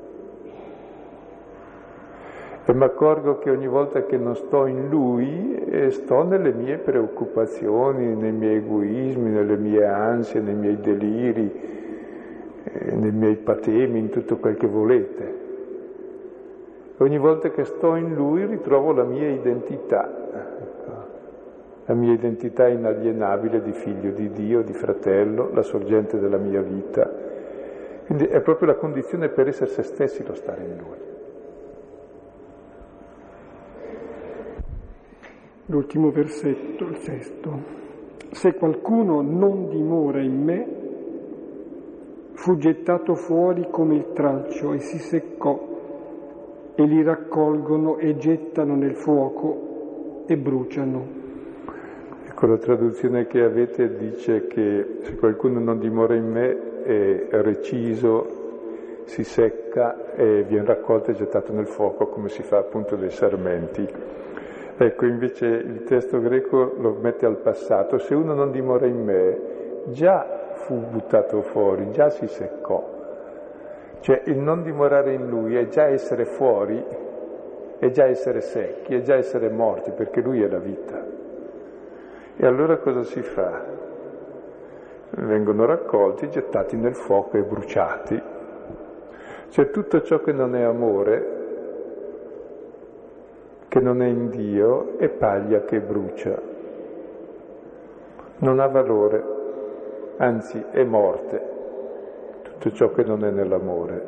S2: E mi accorgo che ogni volta che non sto in Lui, eh, sto nelle mie preoccupazioni, nei miei egoismi, nelle mie ansie, nei miei deliri, nei miei patemi, in tutto quel che volete. Ogni volta che sto in Lui ritrovo la mia identità. la mia identità inalienabile di figlio di Dio, di fratello, la sorgente della mia vita. Quindi è proprio la condizione per essere se stessi lo stare in Lui.
S1: L'ultimo versetto, il sesto. Se qualcuno non dimora in me, fu gettato fuori come il tralcio e si seccò, e li raccolgono e gettano nel fuoco e bruciano.
S2: Ecco, la traduzione che avete dice che se qualcuno non dimora in me è reciso, si secca e viene raccolto e gettato nel fuoco come si fa appunto dai sarmenti. Ecco, invece il testo greco lo mette al passato. Se uno non dimora in me, già fu buttato fuori, già si seccò. Cioè il non dimorare in Lui è già essere fuori, è già essere secchi, è già essere morti, perché Lui è la vita. E allora cosa si fa? Vengono raccolti, gettati nel fuoco e bruciati. Cioè tutto ciò che non è amore, che non è in Dio, è paglia che brucia. Non ha valore, anzi è morte, tutto ciò che non è nell'amore.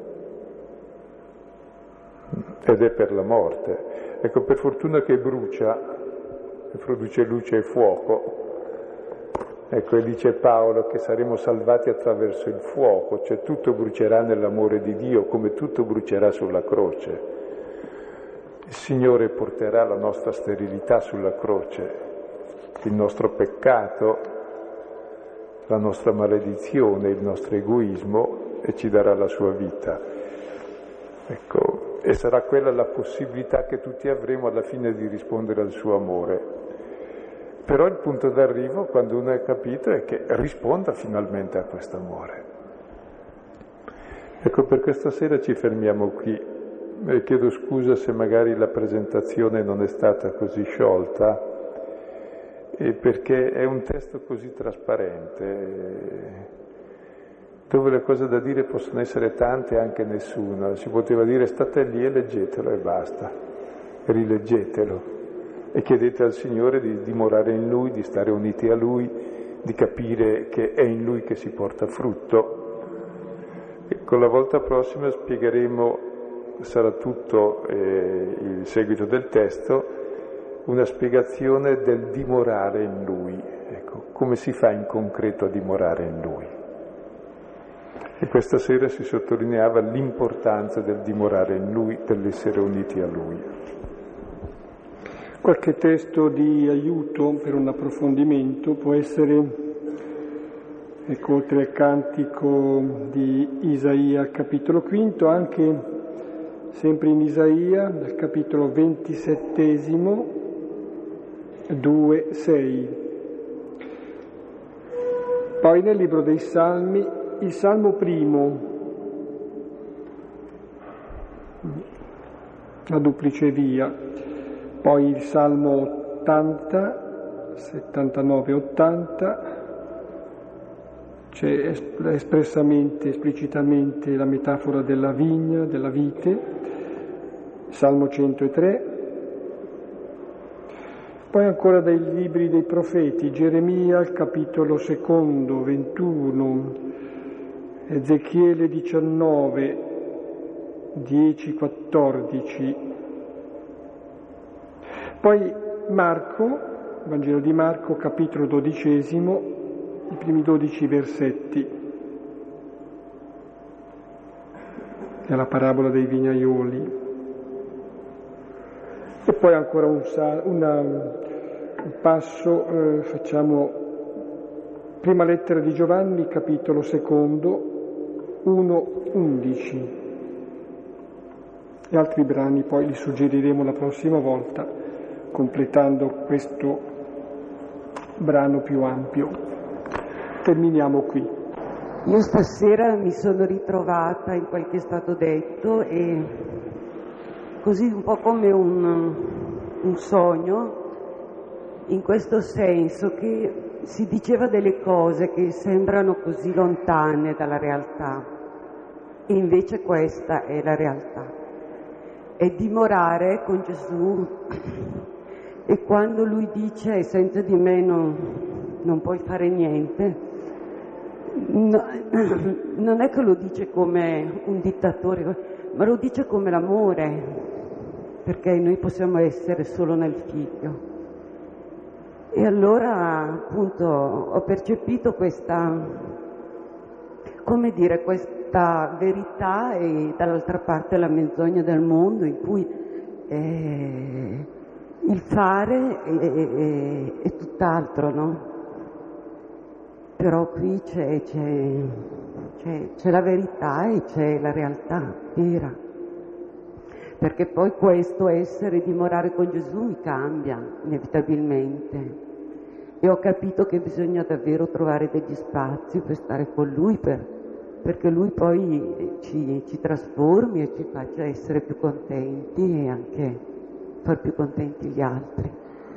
S2: Ed è per la morte. Ecco, per fortuna che brucia, che produce luce e fuoco. Ecco, e dice Paolo che saremo salvati attraverso il fuoco, cioè tutto brucerà nell'amore di Dio, come tutto brucerà sulla croce. Il Signore porterà la nostra sterilità sulla croce, il nostro peccato, la nostra maledizione, il nostro egoismo, e ci darà la sua vita. Ecco, e sarà quella la possibilità che tutti avremo alla fine di rispondere al suo amore. Però il punto d'arrivo, quando uno è capito, è che risponda finalmente a questo amore. Ecco, per questa sera ci fermiamo qui. E chiedo scusa se magari la presentazione non è stata così sciolta, e perché è un testo così trasparente, dove le cose da dire possono essere tante e anche nessuna. Si poteva dire state lì e leggetelo e basta, rileggetelo e chiedete al Signore di dimorare in Lui, di stare uniti a Lui, di capire che è in Lui che si porta frutto. E con la volta prossima spiegheremo, sarà tutto eh, il seguito del testo, una spiegazione del dimorare in Lui. Ecco, come si fa in concreto a dimorare in Lui? E questa sera si sottolineava l'importanza del dimorare in Lui, dell'essere uniti a Lui.
S1: Qualche testo di aiuto per un approfondimento può essere, ecco, oltre al cantico di Isaia, capitolo quinto, anche sempre in Isaia, dal capitolo ventisettesimo, due, sei. Poi nel libro dei Salmi, il Salmo primo, la duplice via, poi il Salmo ottanta, settantanove, ottanta, c'è espressamente, esplicitamente la metafora della vigna, della vite, Salmo centotré, poi ancora dai libri dei profeti, Geremia, il capitolo secondo, ventuno, Ezechiele diciannove, dieci, quattordici, poi Marco, Vangelo di Marco, capitolo dodicesimo, i primi dodici versetti, è la parabola dei vignaioli. E poi ancora un, una, un passo, eh, facciamo prima lettera di Giovanni, capitolo secondo, uno, undici. Gli altri brani poi li suggeriremo la prossima volta, completando questo brano più ampio. Terminiamo qui.
S3: Io stasera mi sono ritrovata in quel che è stato detto e così un po' come un, un sogno, in questo senso che si diceva delle cose che sembrano così lontane dalla realtà e invece questa è la realtà. E dimorare con Gesù E quando lui dice senza di me non, non puoi fare niente, no, non è che lo dice come un dittatore, ma lo dice come l'amore, perché noi possiamo essere solo nel figlio. E allora appunto ho percepito questa, come dire, questa verità e dall'altra parte la menzogna del mondo in cui eh, il fare è, è, è tutt'altro, no? Però qui c'è, c'è, c'è, c'è la verità e c'è la realtà vera. Perché poi questo essere, dimorare con Gesù mi cambia inevitabilmente. E ho capito che bisogna davvero trovare degli spazi per stare con Lui, per, perché Lui poi ci, ci trasformi e ci faccia essere più contenti e anche far più contenti gli altri.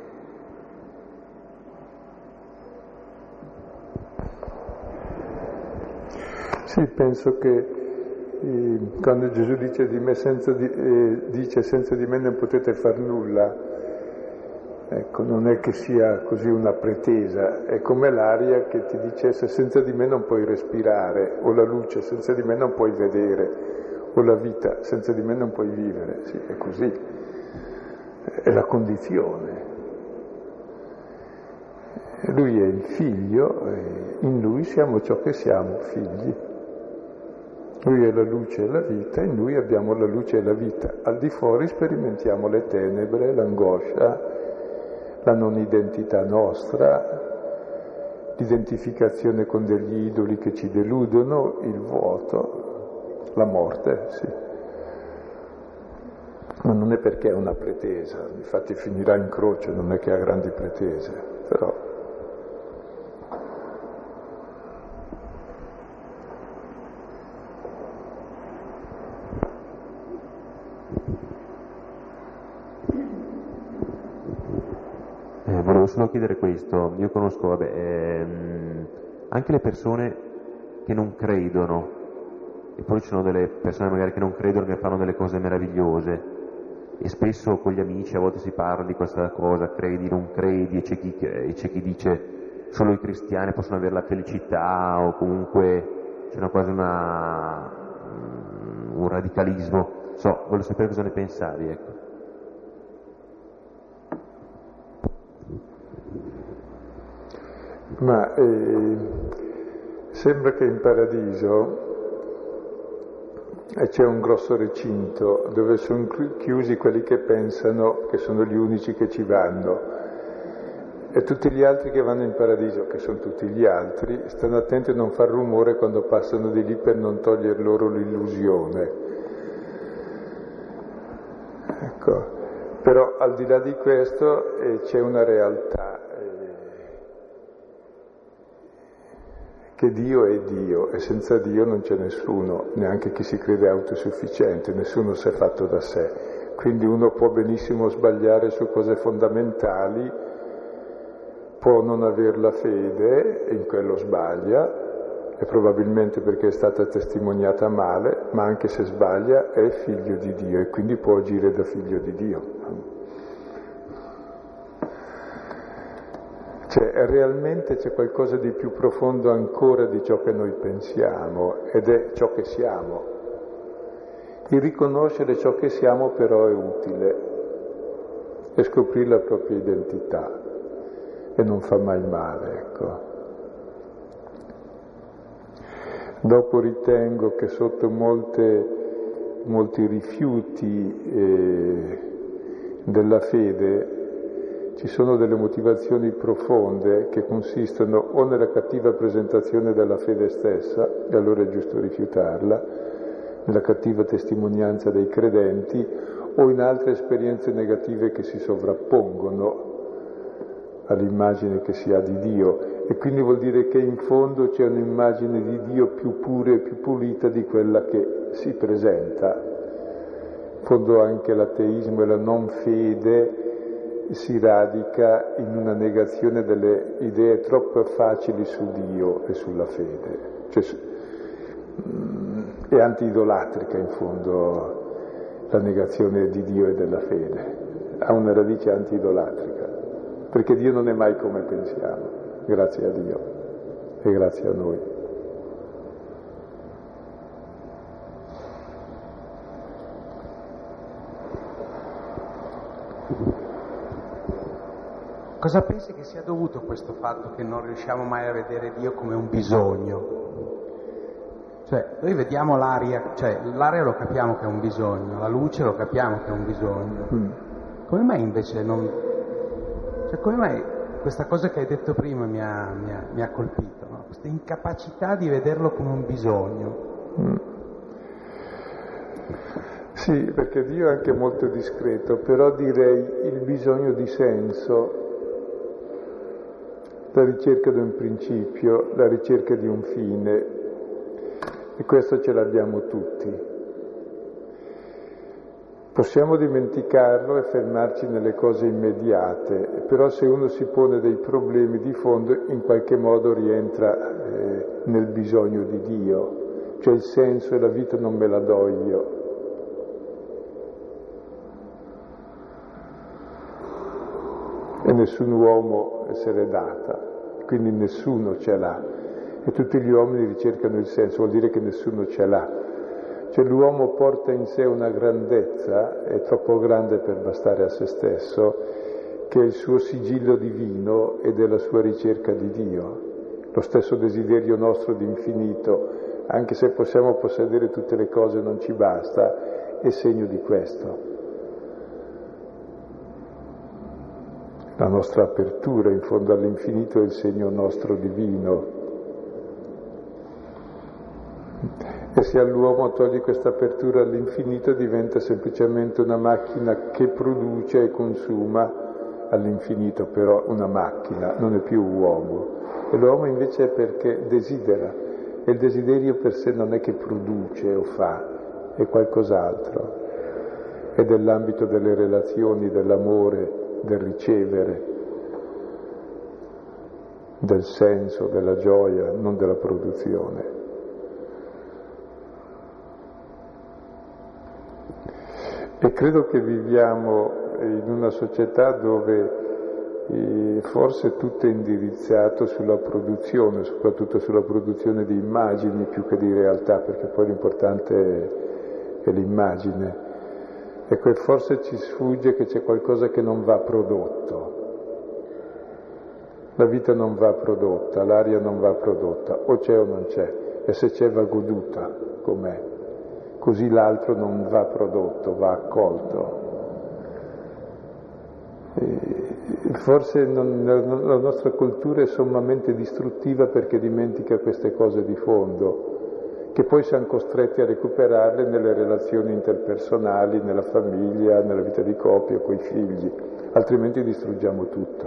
S2: Sì, penso che eh, quando Gesù dice di me senza di, eh, dice senza di me non potete far nulla, ecco, non è che sia così una pretesa, è come l'aria che ti dicesse senza di me non puoi respirare, o la luce senza di me non puoi vedere, o la vita senza di me non puoi vivere. Sì, è così, è la condizione. Lui è il figlio e in lui siamo ciò che siamo, figli. Lui è la luce e la vita, in lui abbiamo la luce e la vita. Al di fuori sperimentiamo le tenebre, l'angoscia, la non identità nostra, l'identificazione con degli idoli che ci deludono, il vuoto, la morte, sì. Ma non è perché è una pretesa, infatti finirà in croce, non è che ha grandi pretese, però...
S4: Volevo solo chiedere questo, io conosco vabbè, ehm, anche le persone che non credono, e poi ci sono delle persone magari che non credono che fanno delle cose meravigliose, e spesso con gli amici a volte si parla di questa cosa, credi, non credi, e c'è chi, e c'è chi dice solo i cristiani possono avere la felicità, o comunque c'è una quasi una, un radicalismo, so, voglio sapere cosa ne pensavi, ecco.
S2: Ma eh, sembra che in paradiso eh, c'è un grosso recinto dove sono chiusi quelli che pensano che sono gli unici che ci vanno, e tutti gli altri che vanno in paradiso, che sono tutti gli altri, stanno attenti a non far rumore quando passano di lì per non togliere loro l'illusione. Ecco, però al di là di questo eh, c'è una realtà. Che Dio è Dio e senza Dio non c'è nessuno, neanche chi si crede autosufficiente, nessuno si è fatto da sé. Quindi uno può benissimo sbagliare su cose fondamentali, può non aver la fede e in quello sbaglia, e probabilmente perché è stata testimoniata male, ma anche se sbaglia è figlio di Dio e quindi può agire da figlio di Dio. Cioè, realmente c'è qualcosa di più profondo ancora di ciò che noi pensiamo, ed è ciò che siamo. Il riconoscere ciò che siamo però è utile, e scoprire la propria identità, e non fa mai male, ecco. Dopo ritengo che sotto molte, molti rifiuti eh, della fede ci sono delle motivazioni profonde che consistono o nella cattiva presentazione della fede stessa, e allora è giusto rifiutarla, nella cattiva testimonianza dei credenti, o in altre esperienze negative che si sovrappongono all'immagine che si ha di Dio, e quindi vuol dire che in fondo c'è un'immagine di Dio più pura e più pulita di quella che si presenta. In fondo anche l'ateismo e la non fede si radica in una negazione delle idee troppo facili su Dio e sulla fede, cioè è anti-idolatrica in fondo la negazione di Dio e della fede, ha una radice anti-idolatrica, perché Dio non è mai come pensiamo, grazie a Dio e grazie a noi.
S5: Cosa pensi che sia dovuto questo fatto che non riusciamo mai a vedere Dio come un bisogno? Cioè, noi vediamo l'aria, cioè l'aria lo capiamo che è un bisogno, la luce lo capiamo che è un bisogno. Mm. Come mai invece non... Cioè, come mai questa cosa che hai detto prima mi ha, mi ha, mi ha colpito, no? Questa incapacità di vederlo come un bisogno.
S2: Mm. Sì, perché Dio è anche molto discreto, però direi il bisogno di senso, la ricerca di un principio, la ricerca di un fine, e questo ce l'abbiamo tutti. Possiamo dimenticarlo e fermarci nelle cose immediate, però se uno si pone dei problemi di fondo, in qualche modo rientra eh, nel bisogno di Dio, cioè il senso e la vita non me la do io. E nessun uomo se l'è data, quindi nessuno ce l'ha. E tutti gli uomini ricercano il senso, vuol dire che nessuno ce l'ha. Cioè l'uomo porta in sé una grandezza, è troppo grande per bastare a se stesso, che è il suo sigillo divino ed è la sua ricerca di Dio. Lo stesso desiderio nostro di infinito, anche se possiamo possedere tutte le cose non ci basta, è segno di questo. La nostra apertura in fondo all'infinito è il segno nostro divino. E se all'uomo togli questa apertura all'infinito diventa semplicemente una macchina che produce e consuma all'infinito, però una macchina, non è più un uomo. E l'uomo invece è perché desidera, e il desiderio per sé non è che produce o fa, è qualcos'altro. È dell'ambito delle relazioni, dell'amore, del ricevere, del senso, della gioia, non della produzione. E credo che viviamo in una società dove eh, forse tutto è indirizzato sulla produzione, soprattutto sulla produzione di immagini più che di realtà, perché poi l'importante è, è l'immagine. Ecco, e forse ci sfugge che c'è qualcosa che non va prodotto. La vita non va prodotta, l'aria non va prodotta, o c'è o non c'è, e se c'è va goduta com'è. Così l'altro non va prodotto, va accolto. E forse non, la nostra cultura è sommamente distruttiva perché dimentica queste cose di fondo, che poi siamo costretti a recuperarle nelle relazioni interpersonali, nella famiglia, nella vita di coppia, coi figli, altrimenti distruggiamo tutto.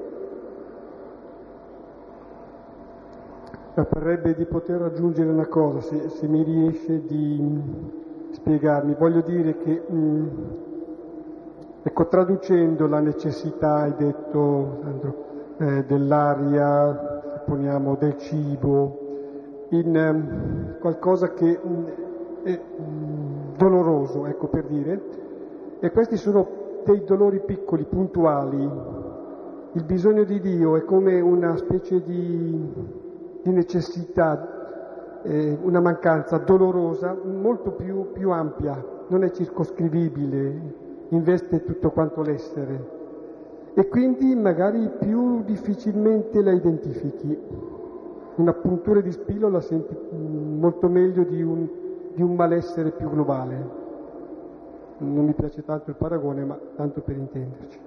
S1: Parrebbe di poter aggiungere una cosa, se, se mi riesce di spiegarmi. Voglio dire che, mh, ecco, traducendo la necessità, hai detto, Sandro, eh, dell'aria, supponiamo, del cibo, in um, qualcosa che um, è um, doloroso, ecco per dire, e questi sono dei dolori piccoli, puntuali. Il bisogno di Dio è come una specie di, di necessità, eh, una mancanza dolorosa, molto più, più ampia, non è circoscrivibile, investe tutto quanto l'essere e quindi magari più difficilmente la identifichi. Una puntura di spillo la senti molto meglio di un, di un malessere più globale. Non mi piace tanto il paragone, ma tanto per intenderci.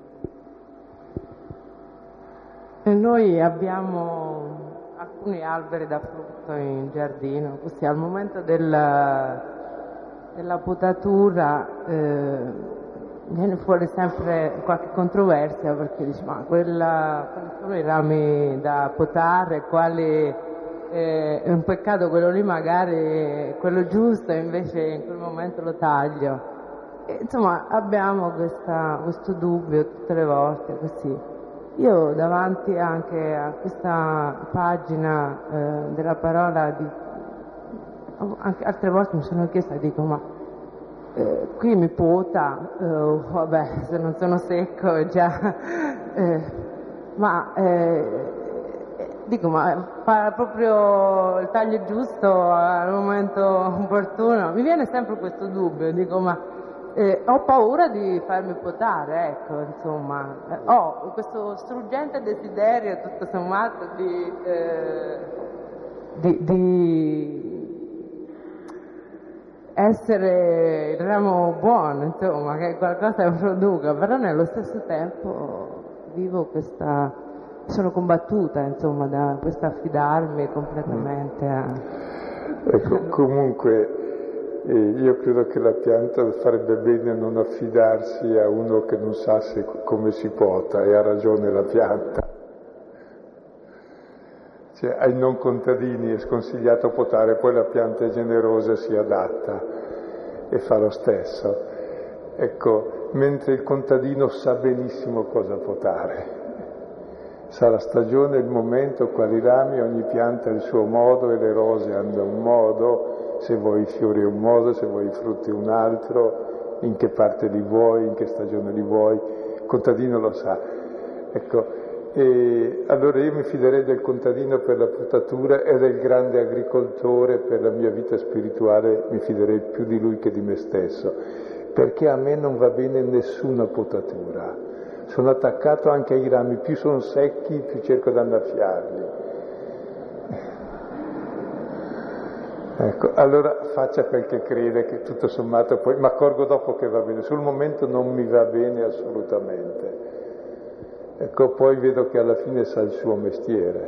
S6: E noi abbiamo alcuni alberi da frutto in giardino, così al momento del, della potatura eh, viene fuori sempre qualche controversia perché dice ma quella, quali sono i rami da potare, quali eh, è un peccato quello lì, magari è quello giusto, invece in quel momento lo taglio. E, insomma abbiamo questa, questo dubbio tutte le volte così. Io davanti anche a questa pagina eh, della parola di, anche altre volte mi sono chiesta, dico ma eh, qui mi pota, eh, vabbè, se non sono secco è già, eh, ma eh, dico, ma fa proprio il taglio giusto al momento opportuno? Mi viene sempre questo dubbio, dico, ma eh, ho paura di farmi potare, ecco, insomma, eh, ho questo struggente desiderio, tutto sommato, di, eh, di, di essere il ramo buono, insomma, che qualcosa produca, però nello stesso tempo vivo questa, sono combattuta, insomma, da questo affidarmi completamente a...
S2: Ecco, comunque eh, io credo che la pianta farebbe bene a non affidarsi a uno che non sa se, come si pota, e ha ragione la pianta. Cioè, ai non contadini è sconsigliato potare, poi la pianta è generosa e si adatta e fa lo stesso. Ecco, mentre il contadino sa benissimo cosa potare, sa la stagione, il momento, quali rami, ogni pianta ha il suo modo e le rose hanno un modo, se vuoi i fiori un modo, se vuoi i frutti un altro, in che parte li vuoi, in che stagione li vuoi, il contadino lo sa. Ecco, e allora io mi fiderei del contadino per la potatura e del grande agricoltore per la mia vita spirituale, mi fiderei più di lui che di me stesso, perché a me non va bene nessuna potatura. Sono attaccato anche ai rami, più sono secchi più cerco di annaffiarli. Ecco, allora faccia quel che crede, che tutto sommato poi mi accorgo dopo che va bene, sul momento non mi va bene assolutamente. Ecco, poi vedo che alla fine sa il suo mestiere.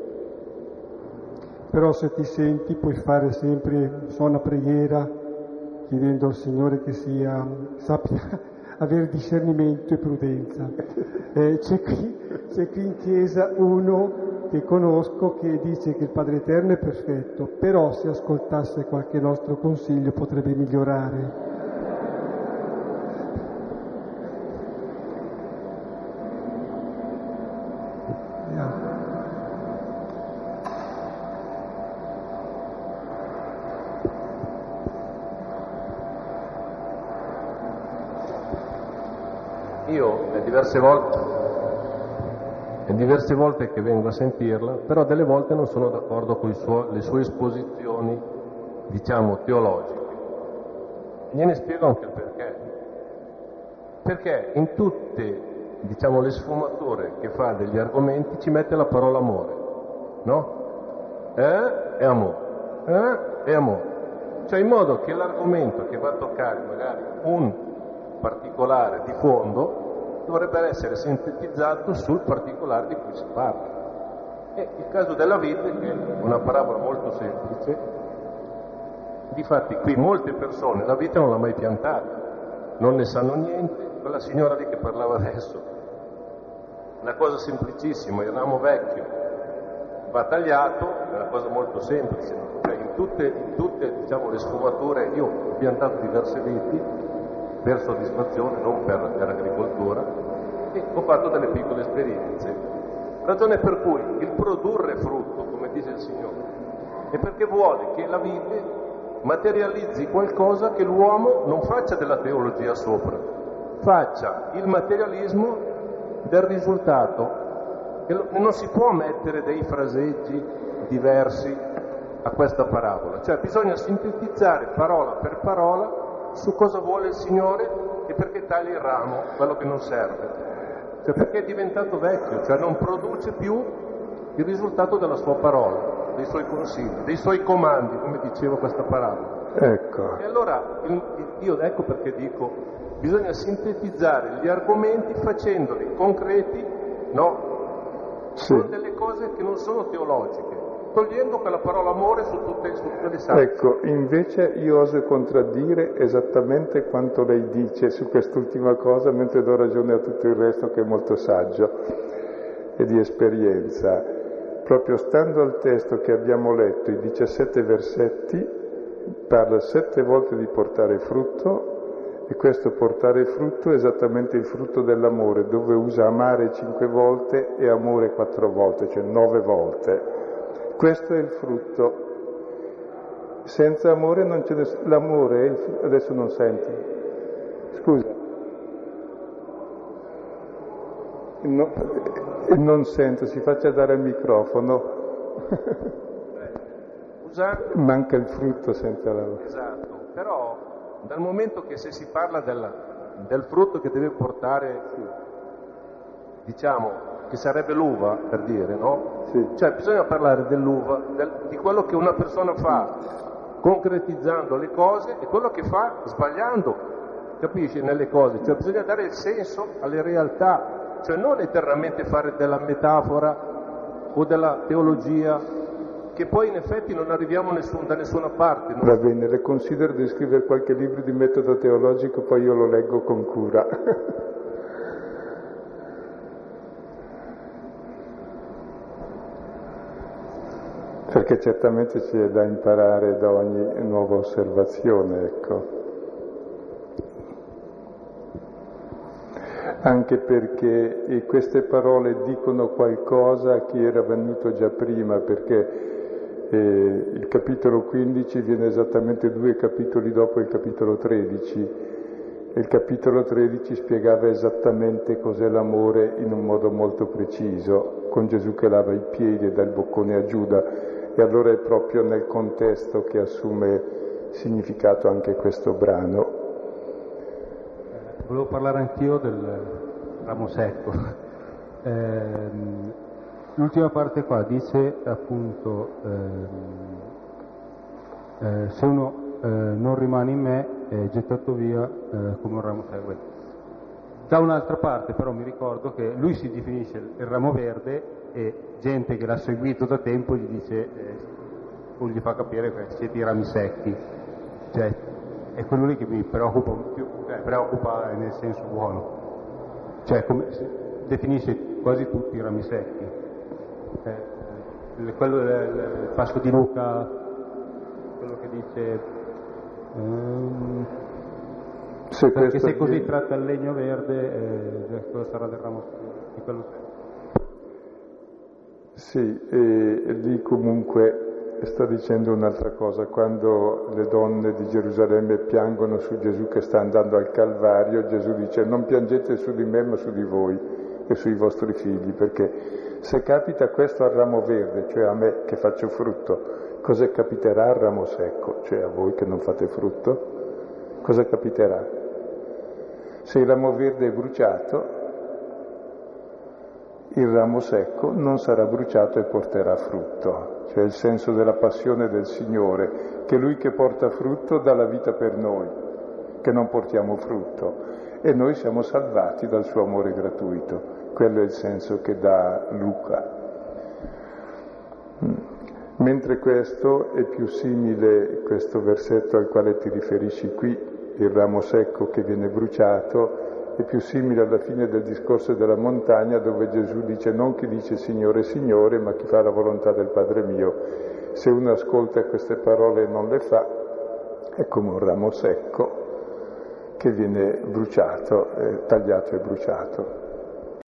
S1: Però se ti senti puoi fare sempre so, una preghiera chiedendo al Signore che sia, sappia avere discernimento e prudenza. Eh, c'è, qui, c'è qui in chiesa uno che conosco che dice che il Padre Eterno è perfetto, però se ascoltasse qualche nostro consiglio potrebbe migliorare.
S7: Io eh, diverse volte, eh, diverse volte che vengo a sentirla, però delle volte non sono d'accordo con suo, le sue esposizioni, diciamo, teologiche. E gliene spiego anche il perché. Perché in tutte, diciamo, le sfumature che fa degli argomenti ci mette la parola amore, no? Eh? E amore. Eh? E amore. Cioè in modo che l'argomento che va a toccare magari un particolare di fondo dovrebbe essere sintetizzato sul particolare di cui si parla. E il caso della vite, che è una parabola molto semplice, difatti qui molte persone la vite non l'ha mai piantata, non ne sanno niente. Quella signora lì che parlava adesso, una cosa semplicissima, il ramo vecchio va tagliato, è una cosa molto semplice, cioè in tutte, in tutte diciamo, le sfumature. Io ho piantato diverse viti per soddisfazione, non per, per agricoltura, e ho fatto delle piccole esperienze. Ragione per cui il produrre frutto, come dice il Signore, è perché vuole che la vite materializzi qualcosa che l'uomo non faccia della teologia sopra, faccia il materialismo del risultato. E non si può mettere dei fraseggi diversi a questa parabola, cioè bisogna sintetizzare parola per parola su cosa vuole il Signore e perché taglia il ramo, quello che non serve, cioè perché è diventato vecchio, cioè non produce più il risultato della sua parola, dei suoi consigli, dei suoi comandi, come diceva questa parabola.
S2: Ecco.
S7: E allora io ecco perché dico bisogna sintetizzare gli argomenti facendoli concreti, no?
S2: Sì.
S7: Con delle cose che non sono teologiche, togliendo quella parola amore su tutte, su tutte le salse.
S2: Ecco, invece io oso contraddire esattamente quanto lei dice su quest'ultima cosa, mentre do ragione a tutto il resto che è molto saggio e di esperienza. Proprio stando al testo che abbiamo letto, i diciassette versetti, parla sette volte di portare frutto, e questo portare frutto è esattamente il frutto dell'amore, dove usa amare cinque volte e amore quattro volte, cioè nove volte. Questo è il frutto. Senza amore non c'è nessuno. L'amore, è il... adesso non senti. Scusa. No, non sento, si faccia dare il microfono.
S7: Usando...
S2: Manca il frutto senza lavoro.
S7: Esatto, però dal momento che se si parla del, del frutto che deve portare, diciamo, che sarebbe l'uva, per dire, no?
S2: Sì.
S7: Cioè bisogna parlare dell'uva, del, di quello che una persona fa concretizzando le cose e quello che fa sbagliando, capisci, nelle cose. Cioè bisogna dare il senso alle realtà, cioè non eternamente fare della metafora o della teologia, che poi in effetti non arriviamo nessun, da nessuna parte.
S2: Va bene, le considero di scrivere qualche libro di metodo teologico, poi io lo leggo con cura. Perché certamente c'è da imparare da ogni nuova osservazione, ecco. Anche perché queste parole dicono qualcosa a chi era venuto già prima, perché eh, il capitolo quindici viene esattamente due capitoli dopo il capitolo tredici, e il capitolo tredici spiegava esattamente cos'è l'amore in un modo molto preciso, con Gesù che lava i piedi e dà il boccone a Giuda, e allora è proprio nel contesto che assume significato anche questo brano.
S5: Volevo parlare anch'io del ramo secco. Eh, l'ultima parte qua dice appunto ehm, eh, se uno eh, non rimane in me è gettato via eh, come un ramo secco. Da un'altra parte però mi ricordo che lui si definisce il ramo verde e gente che l'ha seguito da tempo gli dice eh, o gli fa capire che siete i rami secchi. Cioè, è quello lì che mi preoccupa più, cioè, preoccupa nel senso buono, cioè come definisce quasi tutti i rami secchi. Eh, quello del Passo di Luca, quello che dice um,
S2: se
S5: perché se
S2: è...
S5: così tratta il legno verde eh, cosa sarà del ramo di quello secco.
S2: Sì, e lì comunque sta dicendo un'altra cosa. Quando le donne di Gerusalemme piangono su Gesù che sta andando al Calvario, Gesù dice: non piangete su di me ma su di voi e sui vostri figli, perché se capita questo al ramo verde, cioè a me che faccio frutto, cosa capiterà al ramo secco, cioè a voi che non fate frutto? Cosa capiterà? Se il ramo verde è bruciato, il ramo secco non sarà bruciato e porterà frutto. Cioè il senso della passione del Signore, che Lui che porta frutto dà la vita per noi, che non portiamo frutto, e noi siamo salvati dal suo amore gratuito. Quello è il senso che dà Luca. Mentre questo è più simile, questo versetto al quale ti riferisci qui, il ramo secco che viene bruciato, è più simile alla fine del discorso della montagna, dove Gesù dice: non chi dice Signore, Signore, ma chi fa la volontà del Padre mio. Se uno ascolta queste parole e non le fa, è come un ramo secco che viene bruciato, eh, tagliato e bruciato.